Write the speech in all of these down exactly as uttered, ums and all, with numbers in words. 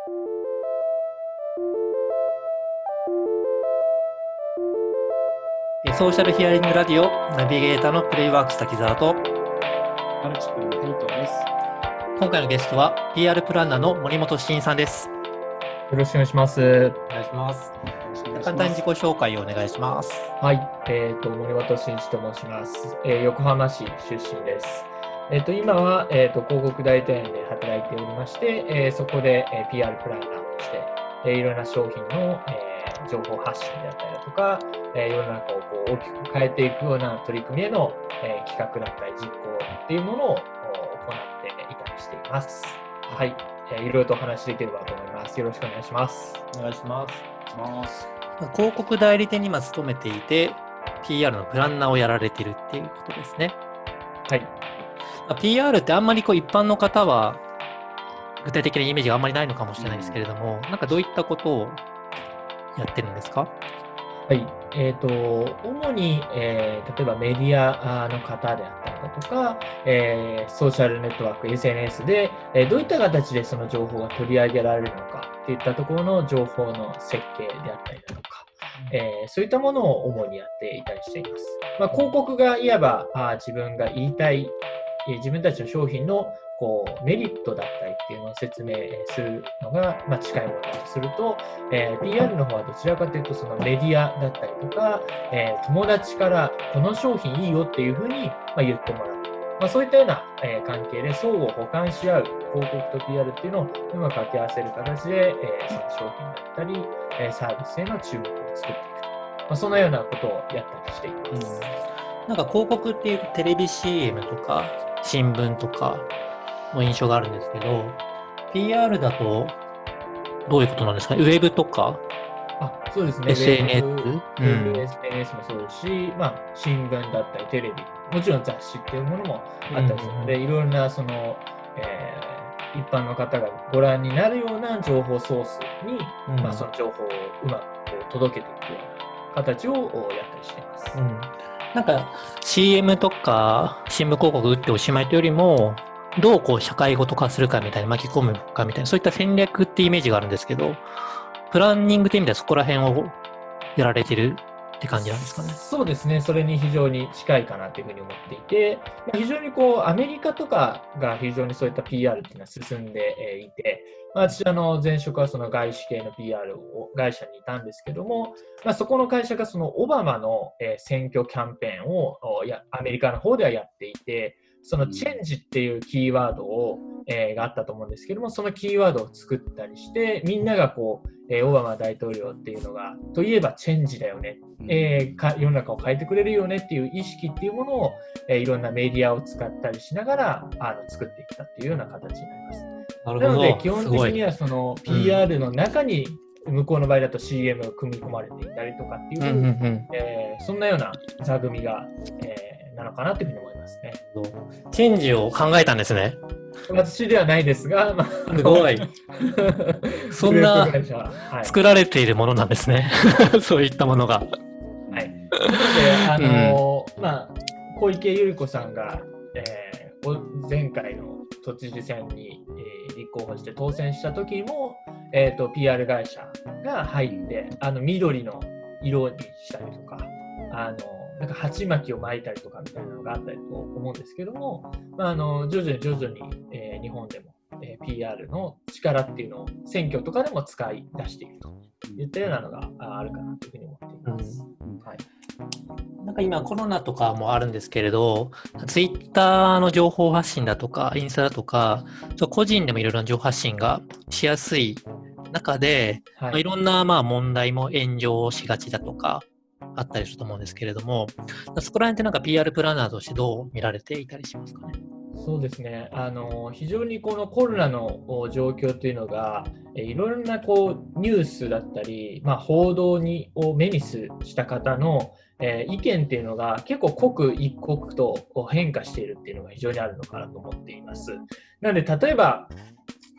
ソーシャルヒアリングラディオナビゲーターのプレイワークス滝沢とマルチ君のヘイトです。 今回のゲストは ピーアール プランナーの森本真さんです。 よろしくお願いします。 お願いします。 簡単に自己紹介をお願いします。 はい、えーと、森本真一と申します。えー、横浜市出身です。えーと、今は、えーと、広告代理店で働いておりまして、えー、そこで、えー、ピーアール プランナーとして、えー、いろんな商品の、えー情報発信であったりだとか、えー、世の中をこう大きく変えていくような取り組みへの、えー、企画だったり実行っていうものを行っていたりしています。はい、えー、いろいろとお話しできればと思います。よろしくお願いします。 お願いします。お願いします。 広告代理店に今勤めていて ピーアール のプランナーをやられているっていうことですね。 はい。 ピーアール ってあんまりこう一般の方は具体的なイメージがあんまりないのかもしれないですけれども、なんかどういったことをやってるんですか？ はい、えーと、主に、えー、例えばメディアの方であったりだとか、えー、ソーシャルネットワーク、エスエヌエス で、えー、どういった形でその情報が取り上げられるのかといったところの情報の設計であったりだとか、えー、そういったものを主にやっていたりしています。まあ、広告がいわばあ自分が言いたい、えー、自分たちの商品のこうメリットだったりっていうのを説明するのが、まあ、近いものとすると、えー、ピーアール の方はどちらかというとそのメディアだったりとか、えー、友達からこの商品いいよっていうふうに、まあ、言ってもらう、まあ、そういったような、えー、関係で相互補完し合う広告と ピーアール っていうのをうまく掛け合わせる形で、えー、その商品だったり、えー、サービスへの注目を作っていくと、まあ、そのようなことをやったりしています。うん、 なんか広告っていうテレビ シーエム とか新聞とかの印象があるんですけど、 ピーアール だとどういうことなんですかね？ウェブとかあ、そうですね。 エスエヌエス？ ウェブ、エスエヌエス もそうですし、まあ、新聞だったりテレビ、もちろん雑誌っていうものもあったりするので、うん、いろんなその、えー、一般の方がご覧になるような情報ソースに、うん、まあ、その情報をうまくこう届けていくような形をやったりしています。うん、 なんか シーエム とか新聞広告打っておしまいというよりも、どうこう社会ごと化するかみたいな、巻き込むかみたいな、そういった戦略ってイメージがあるんですけど、プランニングって意味ではそこら辺をやられてるって感じなんですかね？ そうですね。それに非常に近いかなというふうに思っていて、非常にこうアメリカとかが非常にそういった ピーアール っていうのは進んでいて、まあ、私あの前職はその外資系の ピーアール を会社にいたんですけども、まあ、そこの会社がそのオバマの選挙キャンペーンをやアメリカの方ではやっていて、そのチェンジっていうキーワードを、えー、があったと思うんですけども、そのキーワードを作ったりして、みんながこう、えー、オバマ大統領っていうのが、といえばチェンジだよね、えー、か世の中を変えてくれるよねっていう意識っていうものを、えー、いろんなメディアを使ったりしながらあの作っていったっていうような形になります。なるほど。なので基本的にはその ピーアール の中に、向こうの場合だと シーエム を組み込まれていたりとかっていう、うんうんうん、えー、そんなような座組が、えー、なのかなというふうに思いますね。 チェンジを考えたんですね。 私ではないですが、まあ、 すごい。そんな作られているものなんですね。そういったものが。はい。 なので、あの、うん、まあ、小池百合子さんが、えー、前回の都知事選に、えー、立候補して当選した時も、えーと、ピーアール 会社が入って、あの緑の色にしたりとか、あのなんか鉢巻きを巻いたりとかみたいなのがあったりと思うんですけども、まあ、あの徐々に徐々に、えー、日本でも、えー、ピーアール の力っていうのを選挙とかでも使い出しているといったようなのがあるかなというふうに思っています。うん、はい。 なんか今コロナとかもあるんですけれど、ツイッターの情報発信だとか、インスタだとか、個人でもいろいろな情報発信がしやすい中で、はい、まあ、いろんなまあ問題も炎上しがちだとかあったりすると思うんですけれども、そこら辺ってなんか ピーアール プランナーとしてどう見られていたりしますかね？ そうですね。あの非常にこのコロナの状況というのが、いろんなこうニュースだったり、まあ、報道にを目にした方の、えー、意見っていうのが結構刻一刻と変化しているっていうのが非常にあるのかなと思っています。なので例えば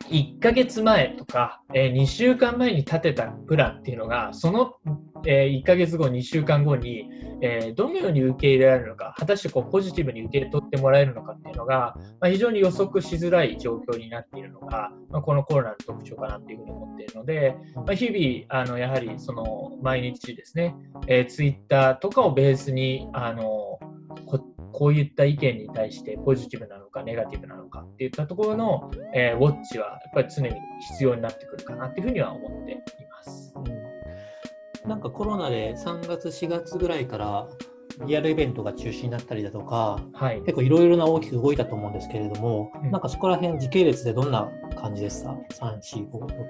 いっかげつまえとか、えー、にしゅうかんまえに立てたプランっていうのが、その、えー、いっかげつご、にしゅうかんごに、えー、どのように受け入れられるのか、果たしてこうポジティブに受け取ってもらえるのかっていうのが、まあ、非常に予測しづらい状況になっているのが、まあ、このコロナの特徴かなっていうふうに思っているので、まあ、日々、あのやはりその毎日ですね、えー、ツイッターとかをベースに、あのここういった意見に対してポジティブなのかネガティブなのかっていったところの、えー、ウォッチはやっぱり常に必要になってくるかなっていうふうには思っています。 うん、なんかコロナでさんがつしがつぐらいからリアルイベントが中止になったりだとか、はい、結構いろいろな大きく動いたと思うんですけれども、うん、なんかそこら辺時系列でどんな感じですか？さん、よん、ご、ろくって。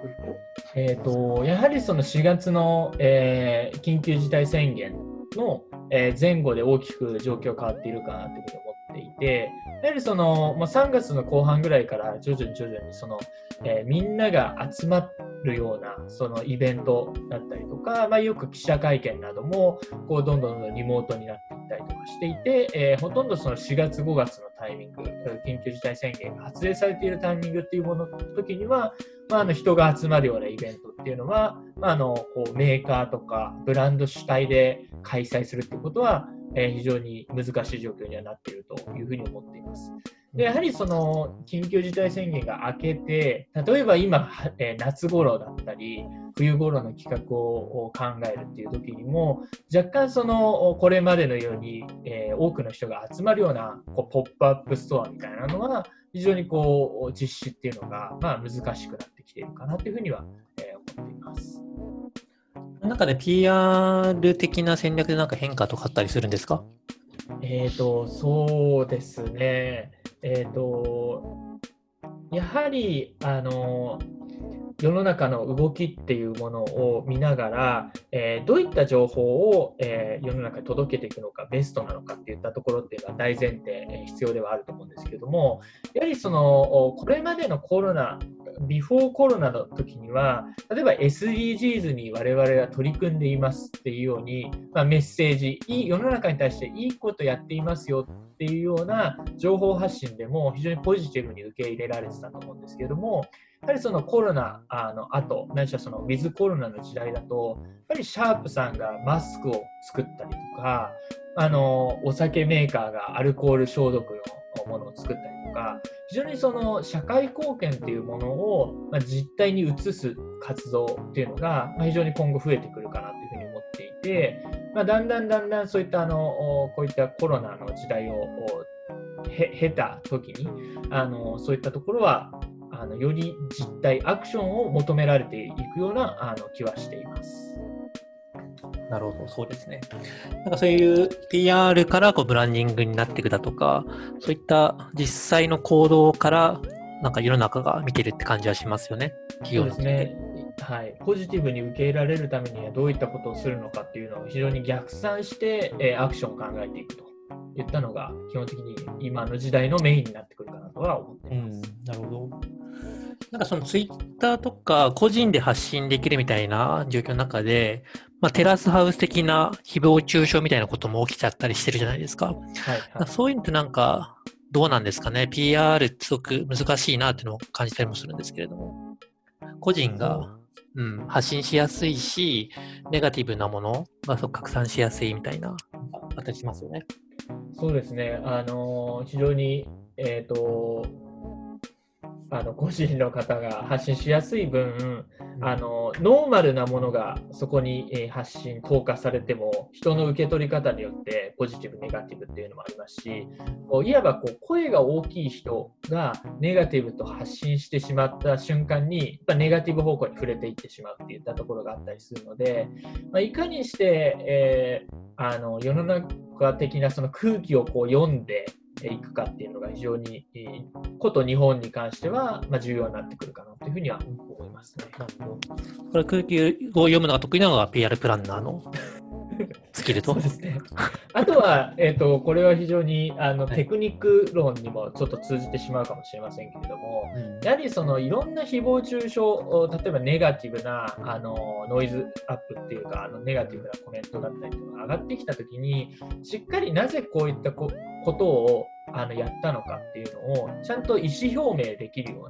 えーと、やはりそのしがつの、えー、緊急事態宣言の、えー、前後で大きく状況変わっているかなというふうに思っていて、やはりその、まあ、さんがつの後半ぐらいから徐々に徐々にその、えー、みんなが集まるようなそのイベントだったりとか、まあ、よく記者会見などもこうどんどんリモートになっていったりとかしていて、えー、ほとんどそのしがつごがつのタイミング、緊急事態宣言が発令されているタイミングっていうものの時には、まあ、あの人が集まるようなイベントっていうのは、まあ、あのこうメーカーとかブランド主体で開催するっていうことは、えー、非常に難しい状況にはなっているというふうに思っています。でやはりその緊急事態宣言が明けて、例えば今、えー、夏頃だったり冬頃の企画を考えるっていう時にも若干そのこれまでのように、えー、多くの人が集まるようなこうポップアップストアみたいなのは非常にこう実施っていうのが、まあ、難しくなってきているかなというふうには、えー、思っています。 なんかね ピーアール 的な戦略でなんか変化とかあったりするんですか？ えーとそうですね。えーとやはりあの世の中の動きっていうものを見ながら、えー、どういった情報を、えー、世の中に届けていくのかベストなのかっていったところっていうのは大前提、えー、必要ではあると思うんですけれども、やはりそのこれまでのコロナビフォーコロナの時には例えば エスディージーズ に我々は取り組んでいますっていうように、まあ、メッセージいい世の中に対していいことやっていますよっていうような情報発信でも非常にポジティブに受け入れられてたと思うんですけれども、やはりそのコロナの後、ないしはそのウィズコロナの時代だと、やっぱりシャープさんがマスクを作ったりとか、あのお酒メーカーがアルコール消毒のものを作ったりとか、非常にその社会貢献っていうものを、まあ、実態に移す活動っていうのが、まあ、非常に今後増えてくるかなというふうに思っていて、まあ、だんだんだんだんそういったあのこういったコロナの時代を経た時にあのそういったところはあのより実態アクションを求められていくようなあの気はしています。 なるほど、そうですね。なんかそういう ピーアール からこうブランディングになっていくだとか、そういった実際の行動からなんか世の中が見てるって感じはしますよね。企業のそうですね。はい、ポジティブに受け入れられるためにはどういったことをするのかっていうのを非常に逆算して、えー、アクションを考えていくといったのが基本的に今の時代のメインになってくるかなとは思っています。 うん、なるほど。なんかそのツイッターとか個人で発信できるみたいな状況の中で、まあ、テラスハウス的な誹謗中傷みたいなことも起きちゃったりしてるじゃないですか。はいはい、そういうのってなんかどうなんですかね。ピーアール ってすごく難しいなっていうのを感じたりもするんですけれども、個人が、うん、発信しやすいし、ネガティブなものが拡散しやすいみたいなあったりしますよね。 そうですね。あの非常にえっとあの個人の方が発信しやすい分、あのノーマルなものがそこに、えー、発信投下されても人の受け取り方によってポジティブネガティブっていうのもありますし、こういわばこう声が大きい人がネガティブと発信してしまった瞬間にやっぱネガティブ方向に触れていってしまうっていったところがあったりするので、まあ、いかにして、えー、あの世の中的なその空気をこう読んでいくかっていうのが非常に、えー、こと日本に関しては、まあ、重要になってくるかなというふうには思いますね。 なるほど。これ空気を読むのが得意なのが ピーアール プランナーのスキルと。 そうですね。あとは、えーと、これは非常にあの、はい、テクニック論にもちょっと通じてしまうかもしれませんけれども、うん、やはりそのいろんな誹謗中傷、例えばネガティブなあのノイズアップっていうかあのネガティブなコメントだったりとかが上がってきたときに、しっかりなぜこういったこことをあのやったのかっていうのをちゃんと意思表明できるような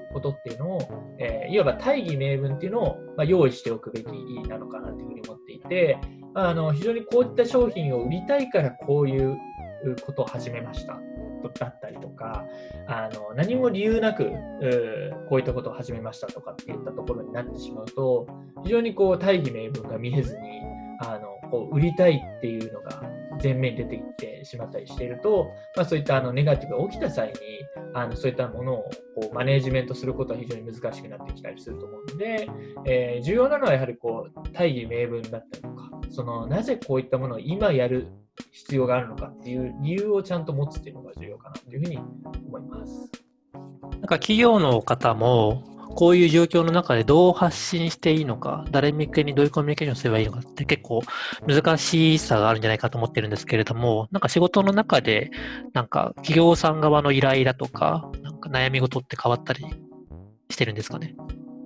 ことっていうのを、えー、いわば大義名分っていうのを、まあ、用意しておくべきなのかなというふうに思っていて、あの非常にこういった商品を売りたいからこういうことを始めましただったりとか、あの何も理由なくこういったことを始めましたとかっていったところになってしまうと、非常にこう大義名分が見えずに、あのこう売りたいっていうのが前面に出ていってしまったりしていると、まあ、そういったあのネガティブが起きた際にあのそういったものをこうマネージメントすることは非常に難しくなってきたりすると思うので、えー、重要なのはやはりこう大義名分だったりとか、そのなぜこういったものを今やる必要があるのかっていう理由をちゃんと持つっていうのが重要かなというふうに思います。 なんか企業の方もこういう状況の中でどう発信していいのか、誰向けにどういうコミュニケーションすればいいのかって結構難しさがあるんじゃないかと思ってるんですけれども、なんか仕事の中でなんか企業さん側の依頼だとか、なんか悩み事って変わったりしてるんですかね。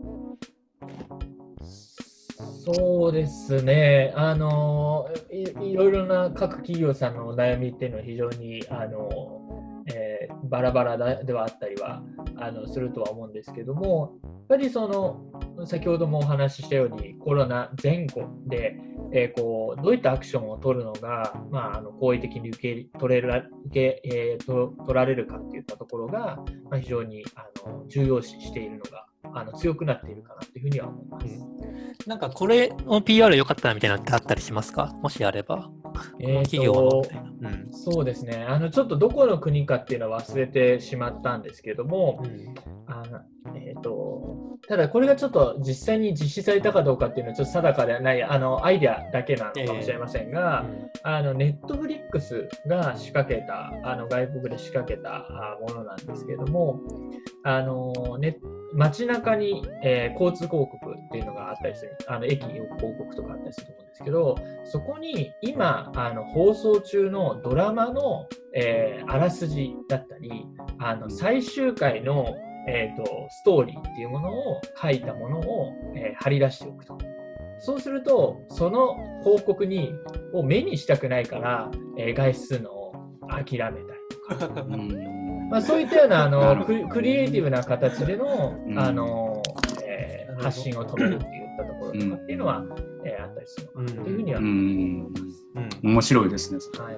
そうですね、あの い, いろいろな各企業さんのお悩みっていうのは非常にあの、えー、バラバラではあったりはあのするとは思うんですけども、やっぱりその先ほどもお話ししたようにコロナ前後で、えー、こうどういったアクションを取るのが、まあ、あの好意的に受け取れる受け、えー、と取られるかっていったところが、まあ、非常にあの重要視しているのがあの強くなっているかなというふうには思います。 うん、なんかこれの ピーアール 良かったなみたいなのってあったりしますか？もしあれば。 えー、 企業のみたいな、 うん、そうですね、あのちょっとどこの国かっていうのは忘れてしまったんですけども、うん、あのえー、とただこれがちょっと実際に実施されたかどうかっていうのはちょっと定かではないあのアイデアだけなのかもしれませんが、えーうん、あのネットフリックスが仕掛けたあの外国で仕掛けたものなんですけども、あのネ街中に、えー、交通広告っていうのがあったりする、あの駅に広告とかあったりすると思うんですけど、そこに今あの放送中のドラマの、えー、あらすじだったり、あの最終回の、えーと、ストーリーっていうものを書いたものを、えー、貼り出しておくと。そうするとその広告にを目にしたくないから、えー、外出するのを諦めたりとか。まあ、そういったようなあのク, クリエイティブな形での、あの、えー、発信を止めるっていったところとかっていうのは、うんえー、あったりするのかなというふうには思います。 うん、面白いですね。 はい、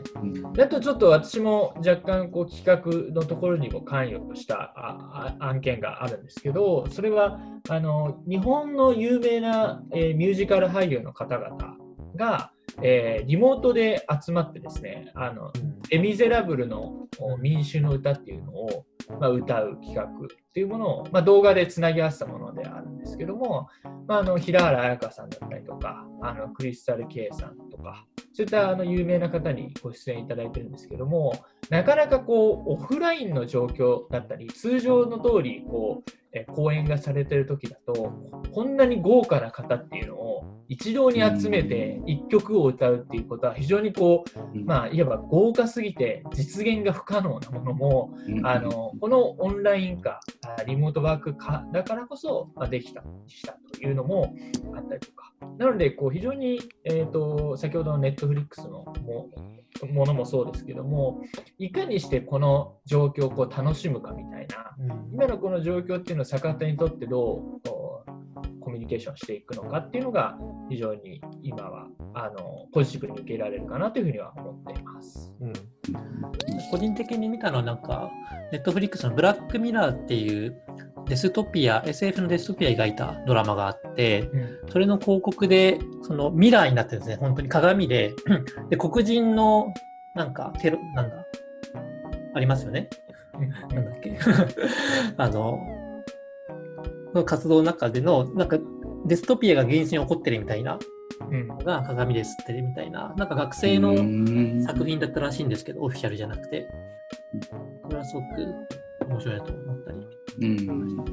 あとちょっと私も若干こう企画のところにも関与したああ案件があるんですけど、それはあの日本の有名な、えー、ミュージカル俳優の方々がえー、リモートで集まってですね、あの、レ・ミゼラブルの民衆の歌っていうのを、まあ、歌う企画っていうものを、まあ、動画でつなぎ合わせたものであるんですけども、まあ、あの平原綾香さんだったりとか、あのクリスタル・ケイさんとか、そういったあの有名な方にご出演いただいてるんですけども、なかなかこうオフラインの状況だったり、通常の通りこう、え講演がされてる時だと、こんなに豪華な方っていうのを一堂に集めて一曲を歌うっていうことは非常にこう、まあ、いわば豪華すぎて実現が不可能なものも、あのこのオンライン化、リモートワーク化だからこそできたしたというのもあったりとか、なのでこう非常に、えーと、先ほどのネットフリックスのもものもそうですけども、いかにしてこの状況をこう楽しむかみたいな、うん、今のこの状況っていうのを逆手にとってどうコミュニケーションしていくのかっていうのが非常に今はあのポジティブに受け入れられるかなというふうには思っています。 うん、個人的に見たのはなんかネットフリックスのブラックミラーっていうデストピア エスエフ のデストピア描いたドラマがあって、うん、それの広告でそのミラーになってるんですね。本当に鏡でで黒人のなんかテロなんだありますよね。なんだっけあの活動の中でのなんかデストピアが現実に起こってるみたいなのが鏡で吸ってるみたいな、なんか学生の作品だったらしいんですけど、オフィシャルじゃなくて、これはすごく面白いなと思ったり。うん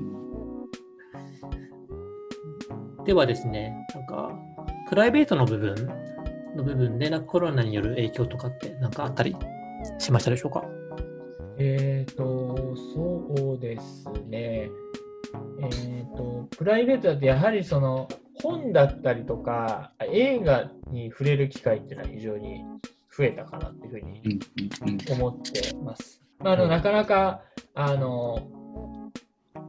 ではですね、なんかプライベートの部分の部分でなんかコロナによる影響とかってなんかあったりしましたでしょうか？ えーと、そうですね。えーと、プライベートだとやはりその本だったりとか映画に触れる機会っていうのは非常に増えたかなっていうふうに思ってます。まあ、あのなかなかあの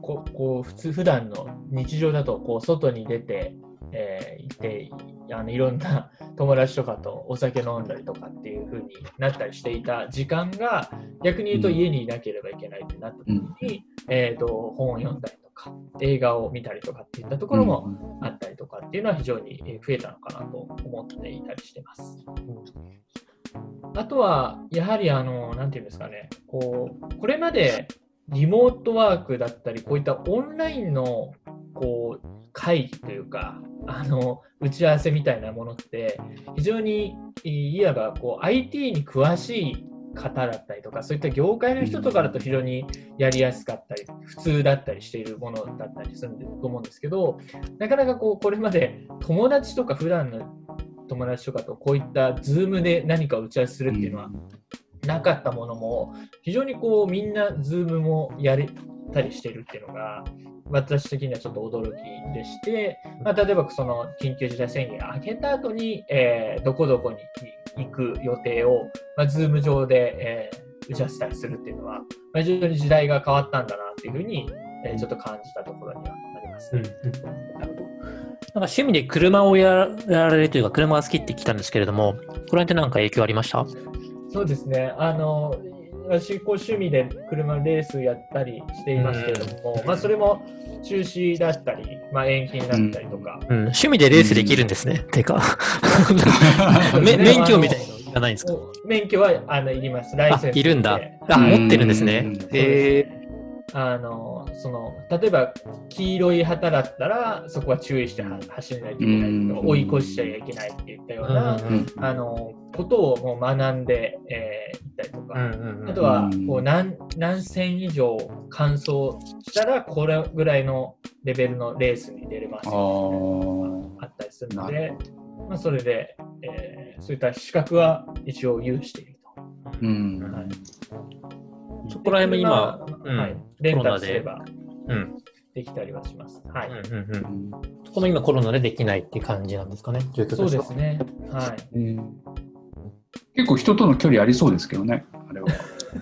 ここう普通普段の日常だとこう外に出て、えー、いてあのいろんな友達とかとお酒飲んだりとかっていう風になったりしていた時間が逆に言うと家にいなければいけないってなった時に、うんえー、と本を読んだりとか映画を見たりとかっていったところもあったりとかっていうのは非常に増えたのかなと思っていたりしてます。あとはやはりあのなんていうんですかね、こうこれまでリモートワークだったりこういったオンラインのこう会議というかあの打ち合わせみたいなものって非常にいわばこう アイティー に詳しい方だったりとかそういった業界の人とかだと非常にやりやすかったり普通だったりしているものだったりすると思うんですけど、なかなかこうこれまで友達とか普段の友達とかとこういった Zoom で何か打ち合わせするっていうのはなかったものも非常にこうみんな Zoom もやれたりしているっていうのが私的にはちょっと驚きでして、まあ、例えばその緊急事態宣言が明けた後に、えー、どこどこに行く予定を、まあ、Zoom 上で、えー、打ち合わせたりするっていうのは、まあ、非常に時代が変わったんだなっていうふうに、えー、ちょっと感じたところにはなりますね。うんうん、 なるほど。なんか趣味で車をやられるというか車が好きって聞いたんですけれども、これって何か影響ありました？ そうですね。あの私こう趣味で車レースやったりしていますけれども、うんまあ、それも中止だったり、まあ、延期になったりとか、 うんうん、趣味でレースできるんですね、うん、てか免許みたいなのいらないんですか？ 免許はあのいります。ライセンスいるんだ。あ、持ってるんですね。へえ。 あのその例えば黄色い旗だったらそこは注意して走らないといけないとか、追い越しちゃいけないっていったような、うん、あのことをもう学んでい、えー、ったりとか、うんうん、あとはこう 何, 何戦以上完走したらこれぐらいのレベルのレースに出れますよあったりするので、まあ、それで、えー、そういった資格は一応有していると。うんはいそこら辺も今、 うんはい、レンタルすればできたりはします。はい。うんうんうん、そこも今コロナでできないっていう感じなんですかね、状況としては。 そうですね。はい、うん。 結構人との距離ありそうですけどね、あれは。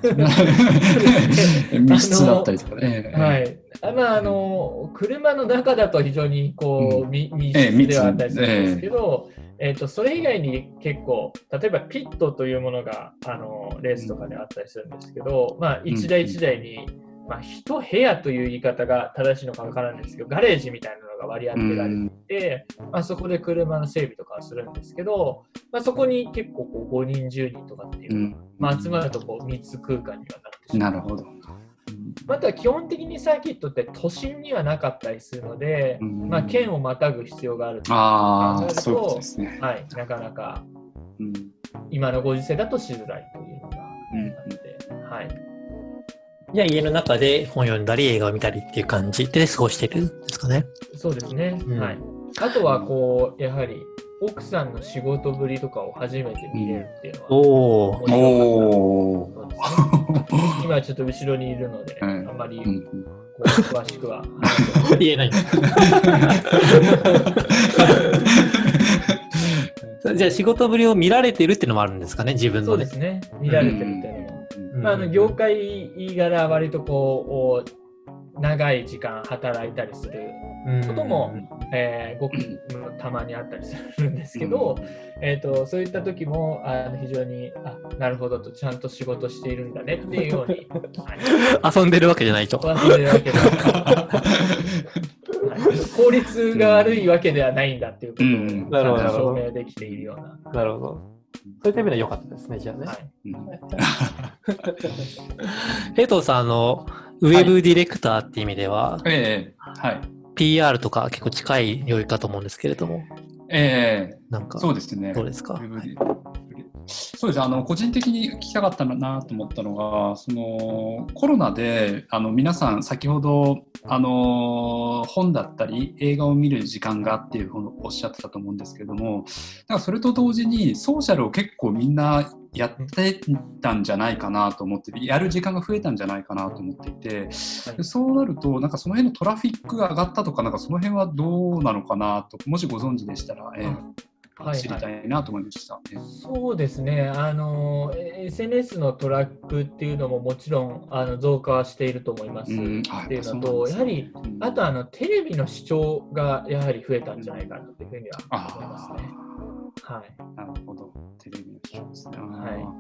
密室だったりとかね。 はい。まああの車の中だと非常にこう、うん、密室ではあったりするんですけど。えええー、とそれ以外に結構例えばピットというものがあのレースとかであったりするんですけど、まあ、一台一台に、まあ、一部屋という言い方が正しいのかわからないんですけどガレージみたいなのが割り当てられていて、まあ、そこで車の整備とかはするんですけど、まあ、そこに結構こうごにんじゅうにんとかっていうのが、まあ、集まるとこう密空間にはなってしまう。 なるほど。 また基本的にサーキットって都心にはなかったりするので、うんまあ、県をまたぐ必要があると考えると、そういうことですね。はい、なかなか、うん、今のご時世だとしづらいというのがあって、うんはい、 じゃあ家の中で本読んだり映画を見たりっていう感じで過ごしてるんですかね。 そうですね、うんはい、あとはこうやはり奥さんの仕事ぶりとかを初めて見れるっていうのは、うん、おー今はちょっと後ろにいるので、うん、あんまりこう詳しくは言えない。じゃあ仕事ぶりを見られてるっていうのもあるんですかね、自分の、ね。 そうですね、見られてるっていうのも。うんまあ、あの業界柄割とこう長い時間働いたりすることも、うんえー、ごくたまにあったりするんですけど、うんえー、とそういった時もあの非常にあなるほどとちゃんと仕事しているんだねっていうように、 はい、遊んでるわけじゃないと遊んでるわけではない、はい、効率が悪いわけではないんだっていうことをちゃんと証明できているような、 うん、なるほどそういった意味では良かったですね、じゃあね。はい、平藤さん、あの、ウェブディレクターっていう意味では、はいえーはい、ピーアール とか結構近い領域かと思うんですけれども、 えー、なんかそうですね。 どうですか？ そうです。あの個人的に聞きたかったなと思ったのが、そのコロナであの皆さん先ほどあの本だったり映画を見る時間がっていうふうにおっしゃってたと思うんですけれども、だからそれと同時にソーシャルを結構みんなやってたんじゃないかなと思ってやる時間が増えたんじゃないかなと思っていて、はい、そうなるとなんかその辺のトラフィックが上がったとかなんかその辺はどうなのかなともしご存知でしたら、えー知りたいなと思いました、 はいはい、そうですね、あの エスエヌエス のトラックっていうのももちろんあの増加はしていると思いますっていうのと、やはりあとあのテレビの視聴がやはり増えたんじゃないかなというふうには思いますね。はい、 なるほど、テレビの視聴ですね。 はい、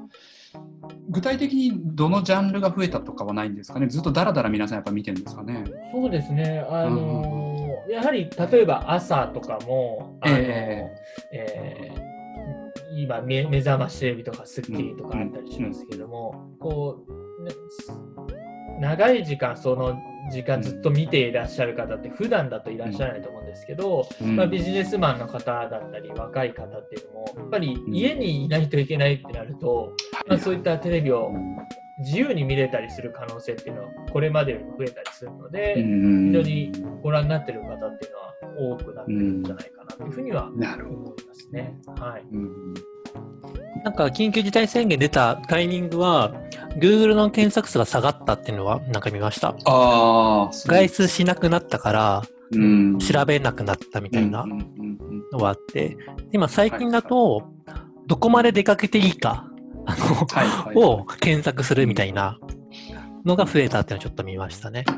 具体的にどのジャンルが増えたとかはないんですかね。ずっとだらだら皆さんやっぱ見てるんですかね。 そうですね、あのー、やはり例えば朝とかも、あのーえーえー、今目、目覚ましテレビとかスッキリとかあったりしますけども、うんうん、こう、ね、長い時間その時間ずっと見ていらっしゃる方って普段だといらっしゃらないと思うんですけど、うんまあ、ビジネスマンの方だったり若い方っていうのもやっぱり家にいないといけないってなると、まあ、そういったテレビを自由に見れたりする可能性っていうのはこれまでよりも増えたりするので、非常にご覧になっている方っていうのは多くなってるんじゃないかなというふうには思いますね。はい、 なんか緊急事態宣言出たタイミングは Google の検索数が下がったっていうのはなんか見ました。 あ外出しなくなったから、うん、調べなくなったみたいなのがあって、今最近だとどこまで出かけていいかあの、はいはい、を検索するみたいなのが増えたっていうのをちょっと見ましたね。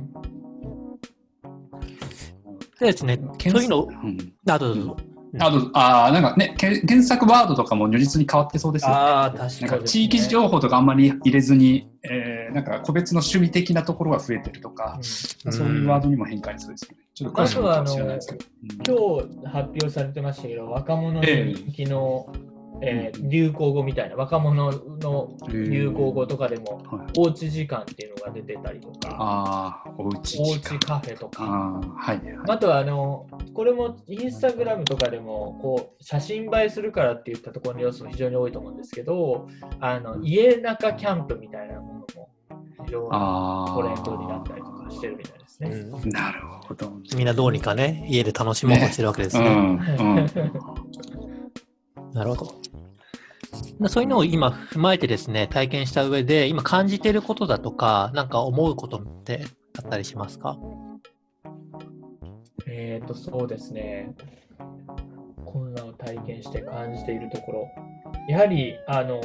でですね、そういうの、うん、あどうぞどうぞ。 あとあなんかね、検索ワードとかも如実に変わってそうですよね。 あ確かに、ね、 なんか地域情報とかあんまり入れずに、えー、なんか個別の趣味的なところが増えてるとか、うん、そういうワードにも変化ありそうですよね。ちょっと詳しくは知らないですけど、 うん、今日発表されてましたけど、若者に人気の、えーえー、流行語みたいな若者の流行語とかでも、えー、おうち時間っていうのが出てたりとか、 あおうちおうちカフェとか、 あ、はいはい、 あとはあのこれもインスタグラムとかでもこう写真映えするからっていったところの要素も非常に多いと思うんですけど、あの家中キャンプみたいなものも非常にトレンドになったりとかしてるみたいですね。 うん、なるほど。 みんなどうにかね家で楽しもうとしてるわけですね。ね、うんうん、なるほど。そういうのを今踏まえてですね、体験した上で今感じていることだとか、なんか思うことってあったりしますか？ えーと、そうですね。コロナを体験して感じているところ。やはり、あの、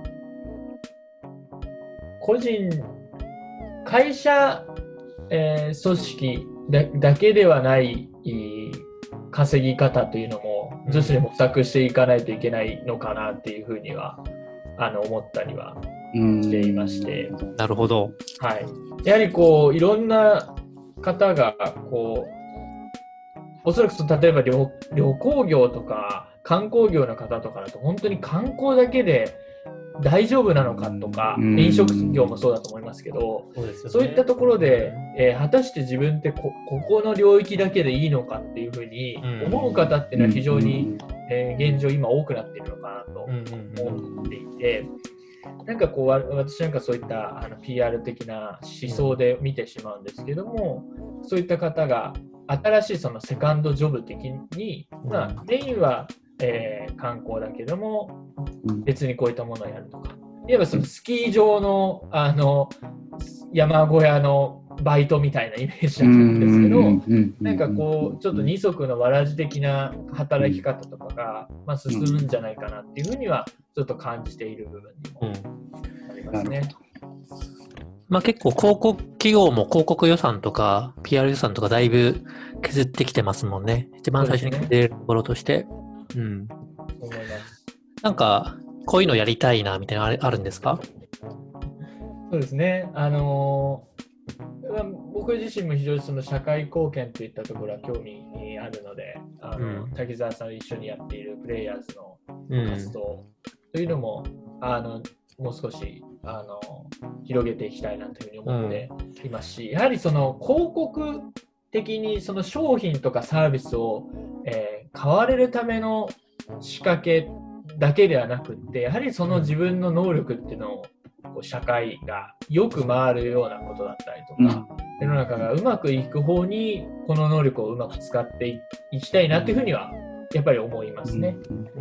個人、会社、えー、組織 だ, だけではない稼ぎ方というのも、女子で模索していかないといけないのかなっていうふうにはあの思ったりはしていまして。 なるほど。 はい。やはりこういろんな方がこうおそらくその例えば 旅, 旅行業とか観光業の方とかだと本当に観光だけで大丈夫なのかとか、飲食業もそうだと思いますけど、そうですよね、そういったところで、えー、果たして自分って こ, ここの領域だけでいいのかっていうふうに思う方っていうのは非常に、えー、現状今多くなっているのかなと思っていて、なんかこう私なんかそういったあの ピーアール 的な思想で見てしまうんですけども、そういった方が新しいそのセカンドジョブ的に、まあ、メインはえー、観光だけども別にこういったものをやるとか、いわばそのスキー場 の, あの山小屋のバイトみたいなイメージなんですけど、なんかこうちょっと二足のわらじ的な働き方とかが、まあ、進むんじゃないかなっていうふうにはちょっと感じている部分にもありますね。 まあ、結構広告企業も広告予算とか ピーアール 予算とかだいぶ削ってきてますもんね。一番最初に削れるところとして。うん、思います。なんかこういうのやりたいなみたいなの あ, あるんですか？ そうですね。あのー、僕自身も非常にその社会貢献といったところは興味あるので、あの、うん、滝沢さんと一緒にやっているプレイヤーズの活動というのも、うん、あのもう少しあの広げていきたいなというふうに思っていますし、うん、やはりその広告的にその商品とかサービスを、えー、買われるための仕掛けだけではなくって、やはりその自分の能力っていうのをこう社会がよく回るようなことだったりとか、うん、世の中がうまくいく方にこの能力をうまく使っていきたいなっていうふうにはやっぱり思いますね。うんうん、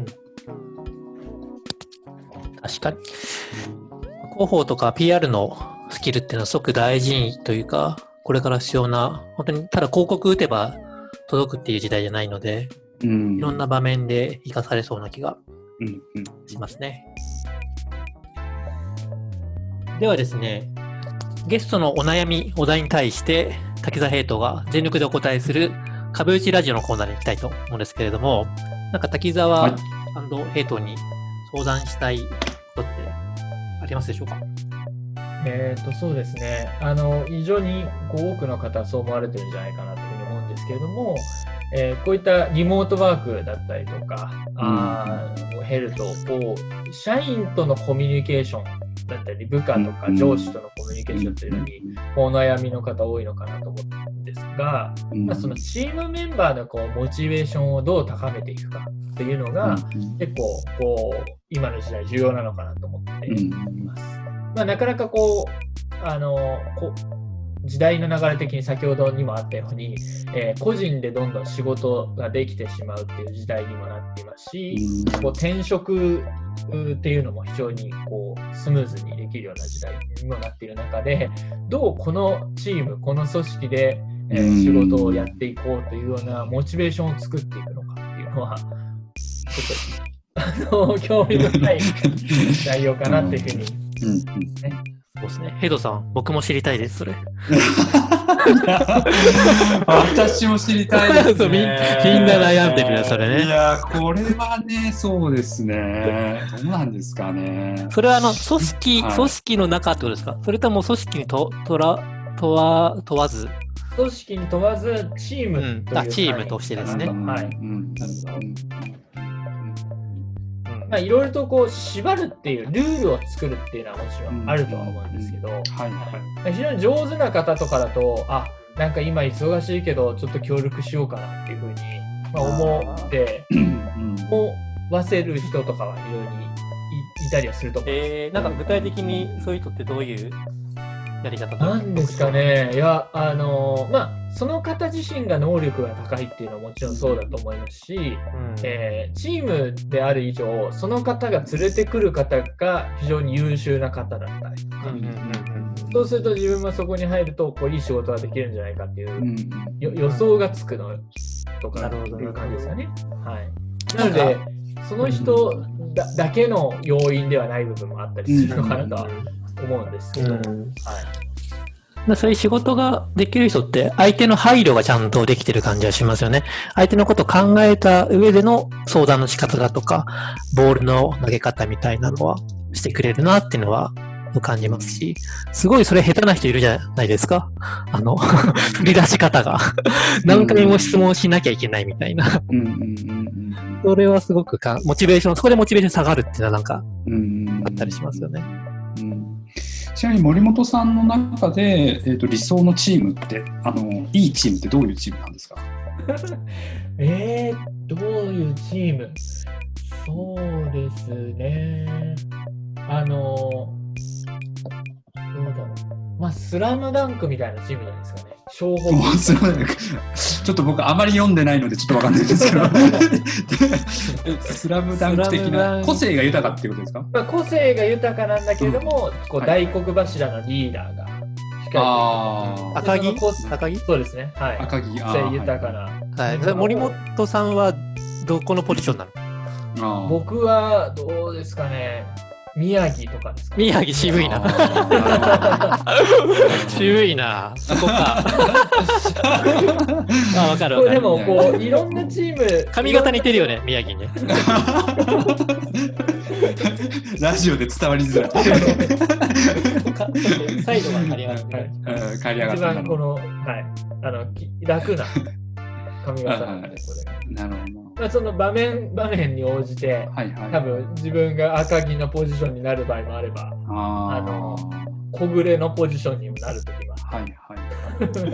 確かに広報とか ピーアール のスキルっていうのはすごく大事というか、これから必要な、本当にただ広告打てば届くっていう時代じゃないので、 うん、 いろんな場面で活かされそうな気がしますね。うんうん、ではですね、ゲストのお悩み、お題に対して滝沢平斗が全力でお答えする壁打ちラジオのコーナーに行きたいと思うんですけれども、なんか滝沢平斗に相談したいことってありますでしょうか？ えーと、そうですね。あの、非常にこう多くの方はそう思われてるんじゃないかなというふうに思うんですけれども、えーこういったリモートワークだったりとか、うん、あヘルトを社員とのコミュニケーションだったり、部下とか上司とのコミュニケーションというのにお悩みの方多いのかなと思うんですが、まあ、そのチームメンバーのこうモチベーションをどう高めていくかっていうのが結構こう今の時代重要なのかなと思っています。まあ、なかなかこうあのこ時代の流れ的に先ほどにもあったように、えー、個人でどんどん仕事ができてしまうっていう時代にもなっていますし、こう転職っていうのも非常にこうスムーズにできるような時代にもなっている中で、どうこのチームこの組織で、えー、仕事をやっていこうというようなモチベーションを作っていくのかっていうのはちょっとあの興味深い内容かなっていうふうにうんうんね、 そうですね。ヘドさん、僕も知りたいです、それ。 私も知りたいですね。 みんな悩んでるね、それね。 いや、これはね、そうですね。どうなんですかね。 それはあの、組織、 はい、 組織の中ってことですか？それとも組織にと、とら、問わ、問わず。 組織に問わず、チームという、 うん、あ、チームとしてですね。 はい。 うん、なるほど。 まあ、いろいろとこう縛るっていうルールを作るっていうのはもちろんあるとは思うんですけど、うんうん、はいはい、非常に上手な方とかだと、あ、なんか今忙しいけどちょっと協力しようかなっていうふうに、まあ、思って思わせる人とかは非常に い, いたりはすると思うんです。 えー、なんか具体的にそういう人ってどういうやり方なんですかね。いや、あのまあその方自身が能力が高いっていうのはもちろんそうだと思いますし、うんえー、チームである以上その方が連れてくる方が非常に優秀な方だったりとか、うんうんうん、そうすると自分もそこに入るとこういい仕事ができるんじゃないかっていう、うん、よ予想がつくのとかっていう感じですかね。はい、なのでその人 だ, だけの要因ではない部分もあったりするのかなとは思うんですけど、うんはいそういう仕事ができる人って相手の配慮がちゃんとできてる感じがしますよね。相手のことを考えた上での相談の仕方だとか、ボールの投げ方みたいなのはしてくれるなっていうのは感じますし、すごいそれ下手な人いるじゃないですか。あの、振り出し方が。何回も質問しなきゃいけないみたいな。それはすごくか、モチベーション、そこでモチベーション下がるっていうのはなんか、あったりしますよね。 ちなみに森本さんの中で、えーと、理想のチームってあのいいチームってどういうチームなんですか？ えー、どういうチーム？そうですね。あのどうだろう。まあスラムダンクみたいなチームじゃないですかね。小北ちょっと僕あまり読んでないのでちょっとわかんないですけどスラムダンク的な個性が豊かっていうことですか？ まあ、個性が豊かなんだけれども、うん、こう大黒柱のリーダーがあ赤木赤木そうですね、はい、 赤木個性豊かな、 はいはい、森本さんはどこのポジションなの？ あ僕はどうですかね、宮城とかですか、 ね、宮城渋いな渋いなそこかあ、わかるわかる。 でもこういろんなチーム髪型似てるよね、宮城ねラジオで伝わりづらいサイドが刈り上がって、 刈り上がって、 一番この、はい、あの楽な髪型なんで、それが。なるほど。まあ、その場面場面に応じて、はいはい、多分自分が赤木のポジションになる場合もあれば、ああの小暮のポジションにもなるときもある。はいはい。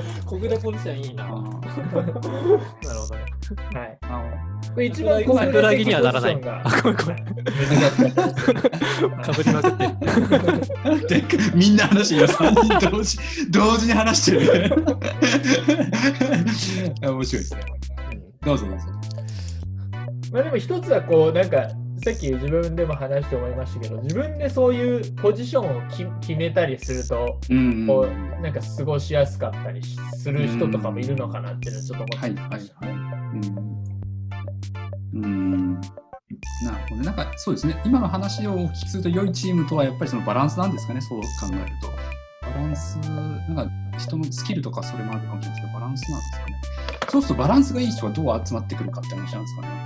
小暮ポジションいいな。なるほどね。 はい。これ一番小暮的にはならない。あ、ごめんごめん。かぶりまくってでみんな話がさんにん同時同時に話してるね。面白いですね。どうぞどうぞ。 まあでも一つはこうなんかさっき自分でも話して思いましたけど、自分でそういうポジションをき決めたりすると、うんうん、こうなんか過ごしやすかったりする人とかもいるのかなっていうのをちょっと思ってましたね。 うんなるほどね。なんかそうですね。今の話をお聞きすると良いチームとはやっぱりそのバランスなんですかね。そう考えるとバランスなんか人のスキルとかそれもあるかもしれないですけどバランスなんですかね。そうするとバランスがいい人がどう集まってくるかって話なんですかね。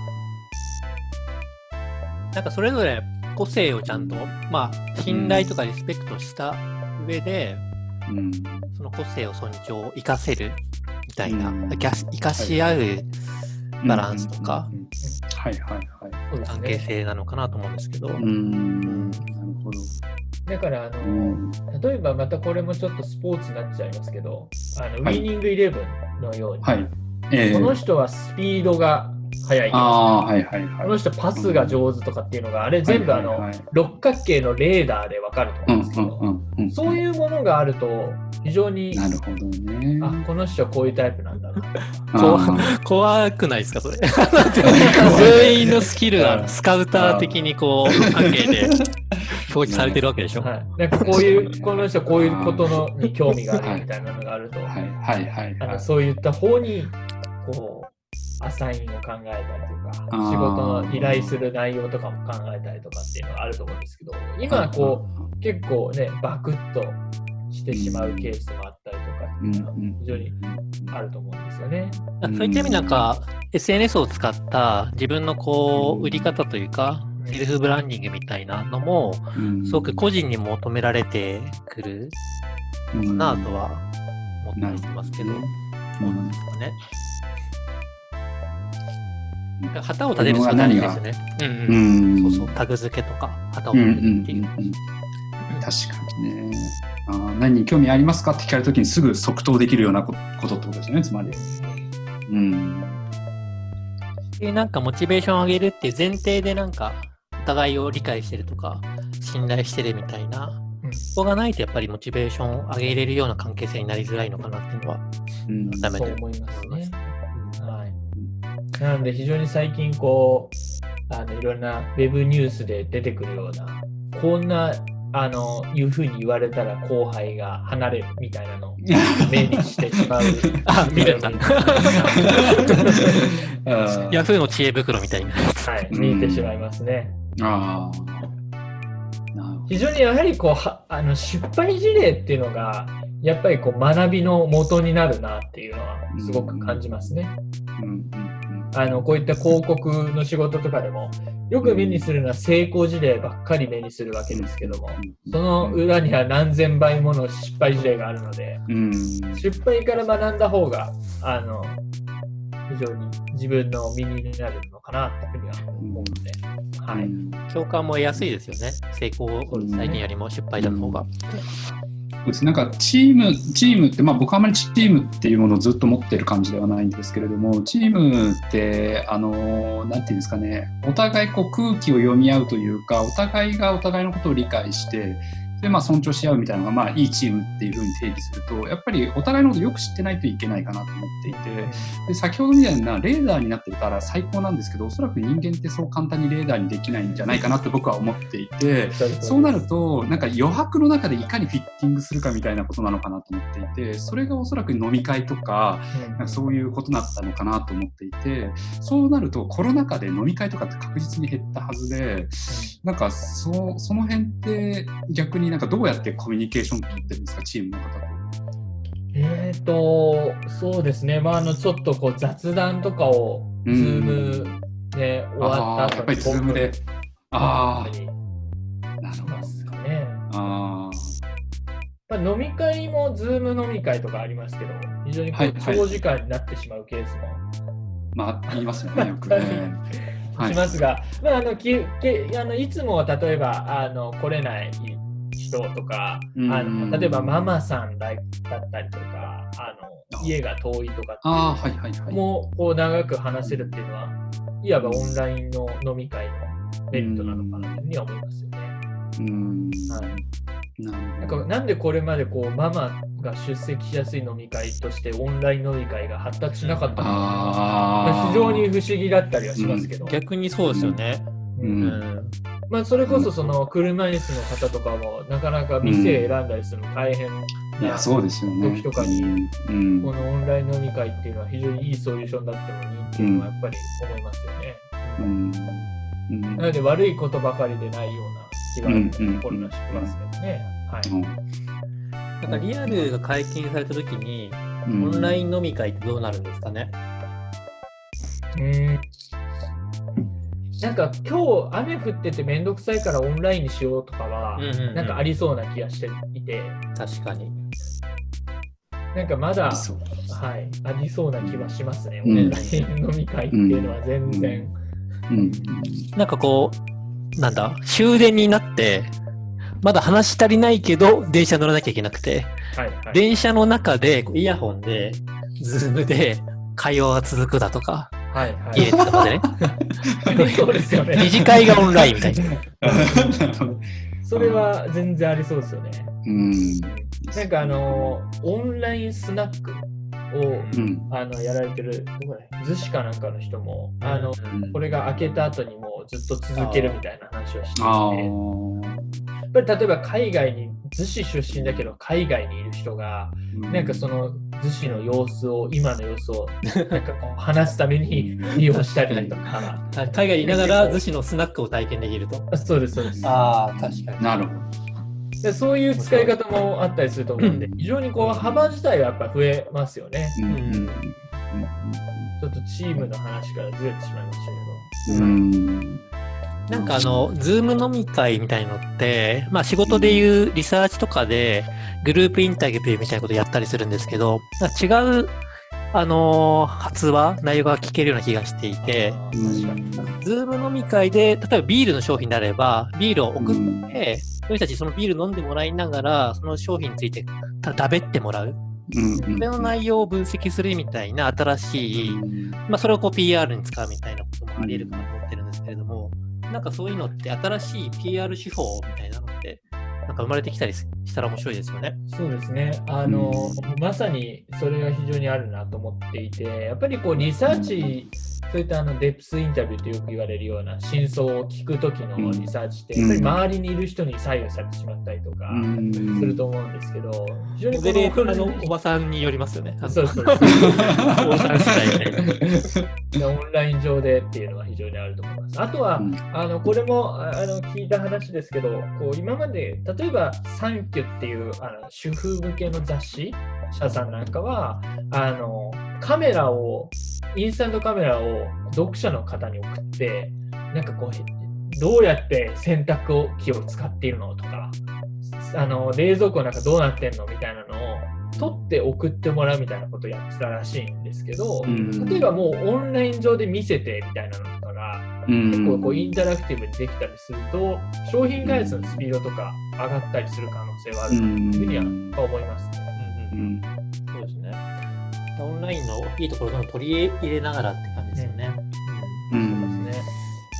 なんかそれぞれ個性をちゃんと、まあ、信頼とかリスペクトした上で、うん、その個性を尊重、生かせるみたいな、うん、生かし合うバランスとか、関係性なのかなと思うんですけど。うん、 なるほど。 だからあの、うん、例えばまたこれもちょっとスポーツになっちゃいますけど、あの、はい、ウィニングイレブンのように、はいえー、この人はスピードが速い、 あはいはいはい、 この人パスが上手とかっていうのが、うん、あれ全部あの、はいはいはい、六角形のレーダーで分かると思うんですけど、うんうんうんうん、そういうものがあると非常になるほどね。 あこの人はこういうタイプなんだな怖くないですかそれ全員のスキルがスカウター的にこう関係で表示されてるわけでしょ、 はい、なんかこういうこの人はこういうことのに興味があるみたいなのがあると、はいはいはいはい、そういった方にこうアサインを考えたりとか仕事の依頼する内容とかも考えたりとかっていうのがあると思うんですけど、今はこう結構ねバクッとしてしまうケースもあったりとかっていうのは非常にあると思うんですよね。 そういった意味なんか エスエヌエス を使った自分のこう売り方というかセルフブランディングみたいなのもすごく個人に求められてくるのかなとは思ったりしてますけど、どうなんですかね。旗を立てる人が大事ですよね。うんうん、そうそうタグ付けとか旗を立てるっていう。うんうんうん、 確かにね。あ何に興味ありますかって聞かれたときにすぐ即答できるようなことってことですよね。つまり。うん。 でなんかモチベーションを上げるっていう前提でなんかお互いを理解してるとか信頼してるみたいな、うん、そこがないとやっぱりモチベーションを上げれるような関係性になりづらいのかなっていうのは、 うん、改めて思いますね。はい。なので非常に最近こうあのいろんなウェブニュースで出てくるようなこんなあのいうふうに言われたら後輩が離れるみたいなのを目にしてしまうあ見るんだヤフーの知恵袋みたいなはい見てしまいますね。 あ非常にやはりこうはあの失敗事例っていうのがやっぱりこう学びの元になるなっていうのはすごく感じますね。うんうんあのこういった広告の仕事とかでもよく目にするのは成功事例ばっかり目にするわけですけども、その裏には何千倍もの失敗事例があるので、失敗から学んだ方があの非常に自分の身になるのかなっていうふうには思うので、はい、 共感も得やすいですよね。成功体験よりも失敗だの方が。 なんかチーム、チームって、まあ、僕はあまりチームっていうものをずっと持ってる感じではないんですけれども、チームってあのなんていうんですかね、お互いこう空気を読み合うというか、お互いがお互いのことを理解してで、まあ、尊重し合うみたいなのが、まあ、いいチームっていうふうに定義すると、やっぱりお互いのことをよく知ってないといけないかなと思っていて、で先ほどみたいなレーダーになってたら最高なんですけど、おそらく人間ってそう簡単にレーダーにできないんじゃないかなと僕は思っていて、そうなるとなんか余白の中でいかにフィッティングするかみたいなことなのかなと思っていて、それがおそらく飲み会とか、なんかそういうことだったのかなと思っていて、そうなるとコロナ禍で飲み会とかって確実に減ったはずで、なんか そ, その辺って逆になんかどうやってコミュニケーション取ってるんですか、チームの方と。 えーとそうですね、まあ、あのちょっとこう雑談とかをズームで終わった後に、やっぱりズームでああなるほどですかね。あまあ、飲み会もズーム飲み会とかありますけど、非常にこう長時間になってしまうケースも、はいはい、 まあ言いますよねよくねしますが、まあ、あのききあのいつもは例えばあの来れない人とか、あの例えばママさんだったりとか、あの家が遠いとかっていうのもこう長く話せるっていうのは、いわばオンラインの飲み会のメリットなのかなというふうには思いますよね。うんはい、なんかなんでこれまでこうママが出席しやすい飲み会としてオンライン飲み会が発達しなかったのか非常に不思議だったりはしますけど、 うん、逆にそうですよね。うんうんまあ、それこそその車椅子の方とかもなかなか店選んだりするの大変な時とかに、このオンライン飲み会っていうのは非常にいいソリューションだったのにっていうのはやっぱり思いますよね。うんうん、なので悪いことばかりでないような気が、うん、コロナしますけどね。はい、 なんかリアルが解禁されたときに、うん、オンライン飲み会ってどうなるんですかね。 うんなんか今日雨降っててめんどくさいからオンラインにしようとかは、うんうんうん、なんかありそうな気がしていて、 確かになんかまだありそう、はい、ありそうな気はしますね、うん、オンライン飲み会っていうのは全然、 うんうん、なんかこうなんだ終電になってまだ話し足りないけど電車乗らなきゃいけなくて、はいはい、電車の中でイヤホンでズームで会話が続くだとかはいはい、 入れてたのでねそうですよね。 二次会がオンラインみたいなそれは全然ありそうですよね。うんなんかあのオンラインスナックを、うん、あのやられてる逗子かなんかの人も、うん、あのこれが開けた後にもずっと続けるみたいな話をしていて、やっぱり例えば海外に逗子出身だけど海外にいる人が、うん、なんかその逗子の様子を今の様子をなんかこう話すために利用したりとか海外にいながら逗子のスナックを体験できると。 そうですそうです。 ああ確かに。 なるほど。 でそういう使い方もあったりすると思うんで、うん、非常にこう幅自体はやっぱ増えますよね、うんうん、ちょっとチームの話からずれてしまいましたけど、うん、 なんかあのズーム飲み会みたいのって、まあ、仕事でいうリサーチとかでグループインタビューみたいなことやったりするんですけど、違うあのー、発話内容が聞けるような気がしていて、ズーム飲み会で例えばビールの商品であればビールを送って、うんそういう人たちそのビール飲んでもらいながらその商品について食べてもらう、うんうん、それの内容を分析するみたいな新しい、まあ、それをこう ピーアール に使うみたいなこともあり得るかなと思ってるんですけれども、なんかそういうのって新しい ピーアール 手法みたいなのってなんか生まれてきたりしたら面白いですよね。 そうですね。あの、うん、まさにそれが非常にあるなと思っていて、やっぱりこうリサーチ、そういったあのデプスインタビューとよく言われるような真相を聞くときのリサーチって、やっぱり周りにいる人に左右されてしまったりとかすると思うんですけど、非常にモデレーターのおばさんによりますよね。 そうそうそう。おばさん次第で。オンライン上でっていうのは非常にあると思います。あとは、あのこれもあの聞いた話ですけど、こう今まで例えばサンキュっていうあの主婦向けの雑誌社さんなんかはあのカメラをインスタントカメラを読者の方に送ってなんかこうどうやって洗濯機を使っているのとかあの冷蔵庫なんかどうなってんのみたいなのを撮って送ってもらうみたいなことをやってたらしいんですけど、うん、例えばもうオンライン上で見せてみたいなのとかが、うん、結構こうインタラクティブにできたりすると商品開発のスピードとか上がったりする可能性はあるというふうには思いますね。うんうんうん、 そうですね。オンラインのいいところを取り入れながらって感じですよね。うん、うん、そうですね。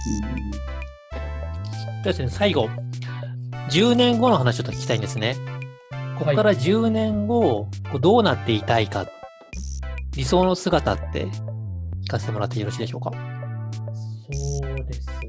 うん、ですね、最後じゅうねんごの話をちょっと聞きたいんですね。ここからじゅうねんご、こうどうなっていたいか、理想の姿って聞かせてもらってよろしいでしょうか。 そうですね。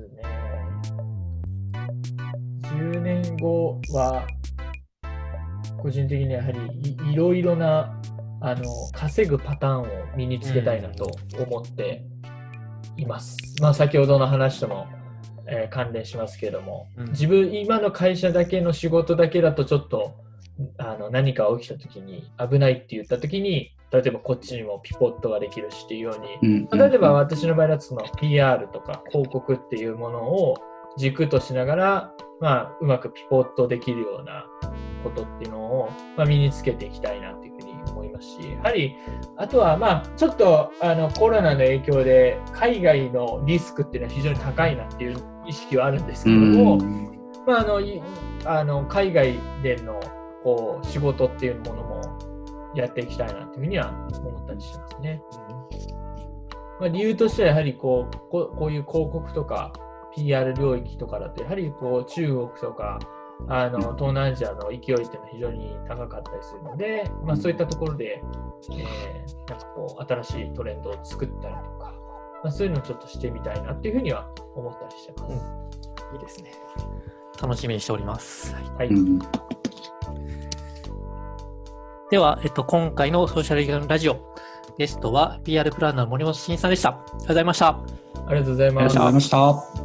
じゅうねんごは個人的にはやはり い, いろいろなあの稼ぐパターンを身につけたいなと思っています。うん、まあ先ほどの話とも、えー、関連しますけれども、うん、自分今の会社だけの仕事だけだとちょっとあの何か起きたときに危ないって言ったときに例えばこっちにもピポットができるしっていうように、うん、例えば私の場合だとその ピーアール とか広告っていうものを軸としながら、まあ、うまくピポットできるようなことっていうのを、まあ、身につけていきたいなっていうふうに思いますし、やはりあとはまあちょっとあのコロナの影響で海外のリスクっていうのは非常に高いなっていう意識はあるんですけども、うん、まあ、あのあの海外でのこう仕事っていうものもやっていきたいなというふうには思ったりしますね。まあ、理由としてはやはりこう、こう、こういう広告とか ピーアール 領域とかだとやはりこう中国とかあの東南アジアの勢いっていうのは非常に高かったりするので、まあ、そういったところで、えー、なんかこう新しいトレンドを作ったりとか、まあ、そういうのをちょっとしてみたいなっていうふうには思ったりしてます。うんいいですね。楽しみにしております。 はい。 うん、 では、えっと、今回のソーシャルラジオ、ゲストは ピーアール プランナーの森本慎さんでした。ありがとうございました。 ありがとうございありがます。 とうございました。